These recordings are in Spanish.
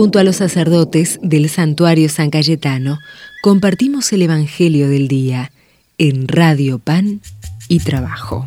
Junto a los sacerdotes del Santuario San Cayetano, compartimos el Evangelio del Día en Radio Pan y Trabajo.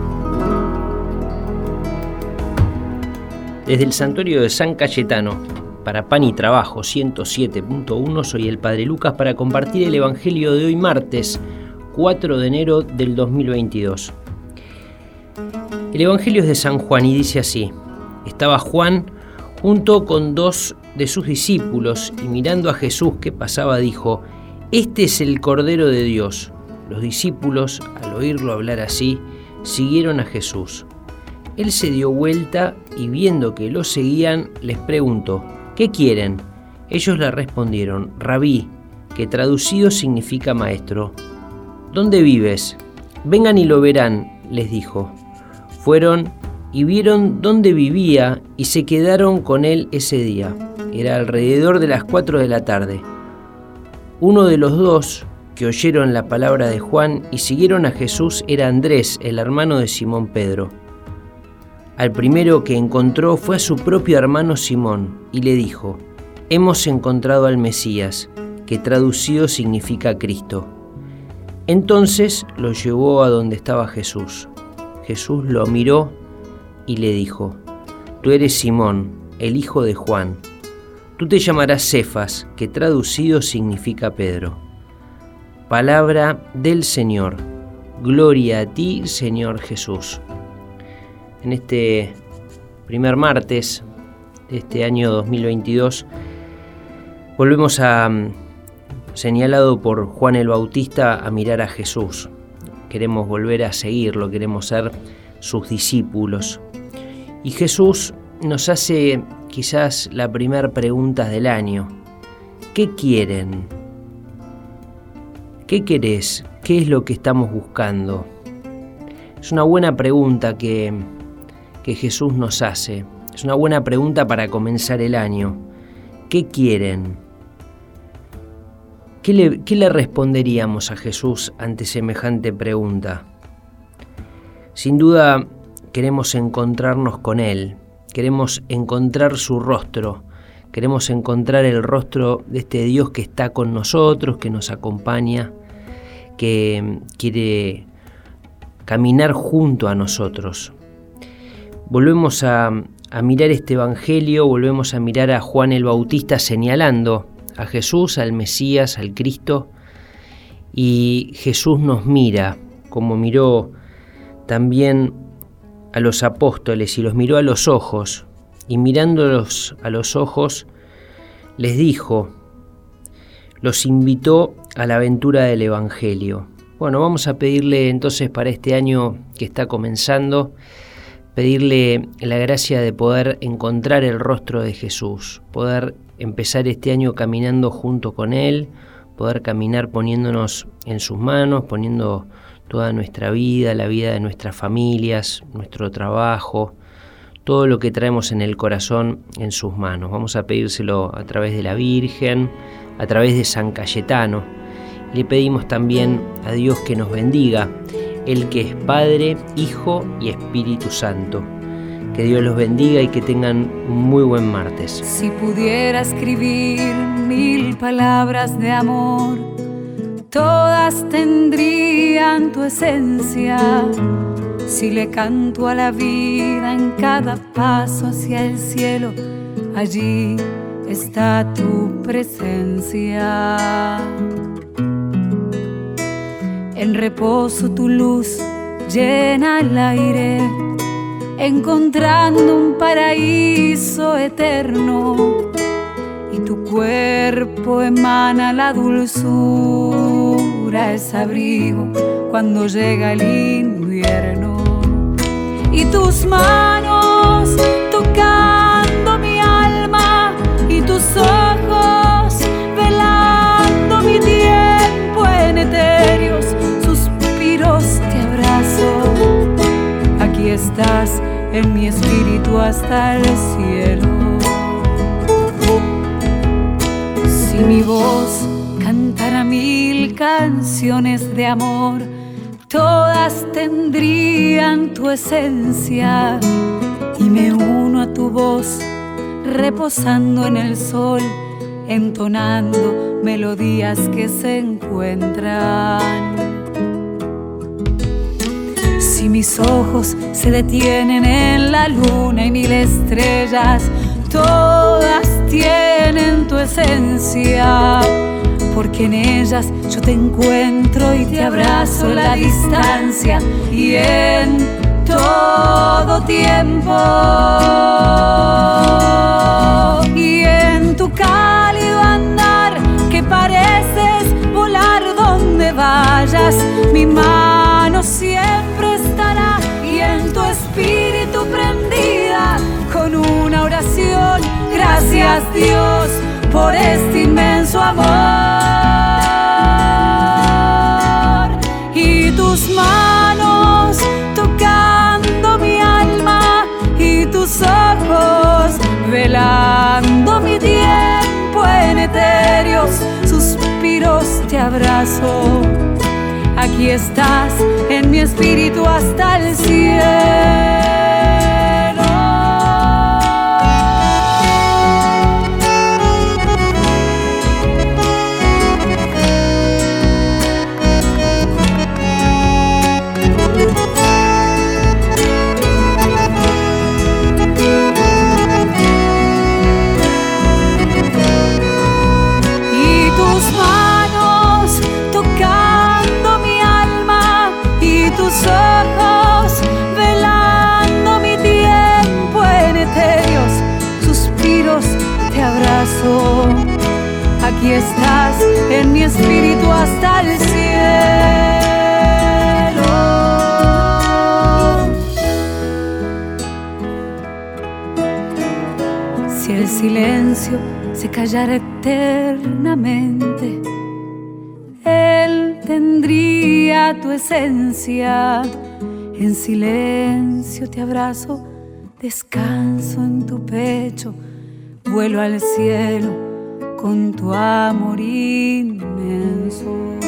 Desde el Santuario de San Cayetano, para Pan y Trabajo 107.1, soy el Padre Lucas para compartir el Evangelio de hoy martes 4 de enero del 2022. El Evangelio es de San Juan y dice así: estaba Juan junto con dos de sus discípulos y mirando a Jesús que pasaba dijo: «Este es el Cordero de Dios». Los discípulos, al oírlo hablar así, siguieron a Jesús. Él se dio vuelta y viendo que lo seguían, les preguntó: «¿Qué quieren?». Ellos le respondieron: «Rabí», que traducido significa maestro. «¿Dónde vives?». «Vengan y lo verán», les dijo. Fueron y vieron dónde vivía y se quedaron con él ese día. Era alrededor de las 4 de la tarde. Uno de los dos que oyeron la palabra de Juan y siguieron a Jesús era Andrés, el hermano de Simón Pedro. Al primero que encontró fue a su propio hermano Simón y le dijo: «Hemos encontrado al Mesías», que traducido significa Cristo. Entonces lo llevó a donde estaba Jesús. Jesús lo miró y le dijo: «Tú eres Simón, el hijo de Juan. Tú te llamarás Cefas», que traducido significa Pedro. Palabra del Señor. Gloria a ti, Señor Jesús. En este primer martes de este año 2022 volvemos señalado por Juan el Bautista, a mirar a Jesús. Queremos volver a seguirlo, queremos ser sus discípulos. Y Jesús nos hace quizás la primera pregunta del año: ¿qué quieren? ¿Qué querés? ¿Qué es lo que estamos buscando? Es una buena pregunta que Jesús nos hace. Es una buena pregunta para comenzar el año. ¿Qué quieren? ¿Qué le responderíamos a Jesús ante semejante pregunta? Sin duda queremos encontrarnos con Él, queremos encontrar su rostro, queremos encontrar el rostro de este Dios que está con nosotros, que nos acompaña, que quiere caminar junto a nosotros. Volvemos a mirar este Evangelio, volvemos a mirar a Juan el Bautista señalando a Jesús, al Mesías, al Cristo, y Jesús nos mira como miró también a los apóstoles y los miró a los ojos, y mirándolos a los ojos les dijo, los invitó a la aventura del Evangelio. Bueno, vamos a pedirle entonces para este año que está comenzando, pedirle la gracia de poder encontrar el rostro de Jesús, poder empezar este año caminando junto con Él, poder caminar poniéndonos en sus manos, poniendo toda nuestra vida, la vida de nuestras familias, nuestro trabajo, todo lo que traemos en el corazón en sus manos. Vamos a pedírselo a través de la Virgen, a través de San Cayetano. Le pedimos también a Dios que nos bendiga, Él que es Padre, Hijo y Espíritu Santo. Que Dios los bendiga y que tengan un muy buen martes. Si pudiera escribir 1000 palabras de amor, todas tendrían tu esencia. Si le canto a la vida en cada paso hacia el cielo, allí está tu presencia. En reposo tu luz llena el aire, encontrando un paraíso eterno, y tu cuerpo emana la dulzura, es abrigo cuando llega el invierno. Y tus manos tocando mi alma, y tus ojos velando mi tiempo en etéreos suspiros te abrazo. Aquí estás en mi espíritu hasta el cielo. Si mi voz cantara 1000 canciones de amor, todas tendrían tu esencia, y me uno a tu voz reposando en el sol, entonando melodías que se encuentran. Si mis ojos se detienen en la luna y 1000 estrellas, todas tienen tu esencia, porque en ellas yo te encuentro y te abrazo en la distancia y en todo tiempo. Y en tu cálido andar que pareces volar donde vayas, mi mano siempre estará, y en tu espíritu prendida con una oración: gracias Dios por este inmenso amor. Y tus manos tocando mi alma y tus ojos velando mi tiempo en etéreos suspiros te abrazo. Aquí estás en mi espíritu hasta el cielo. Ojos velando mi tiempo en etéreos suspiros te abrazo. Aquí estás en mi espíritu hasta el cielo. Si el silencio se callara eternamente, él tendría tu esencia. En silencio te abrazo, descanso en tu pecho, vuelo al cielo con tu amor inmenso.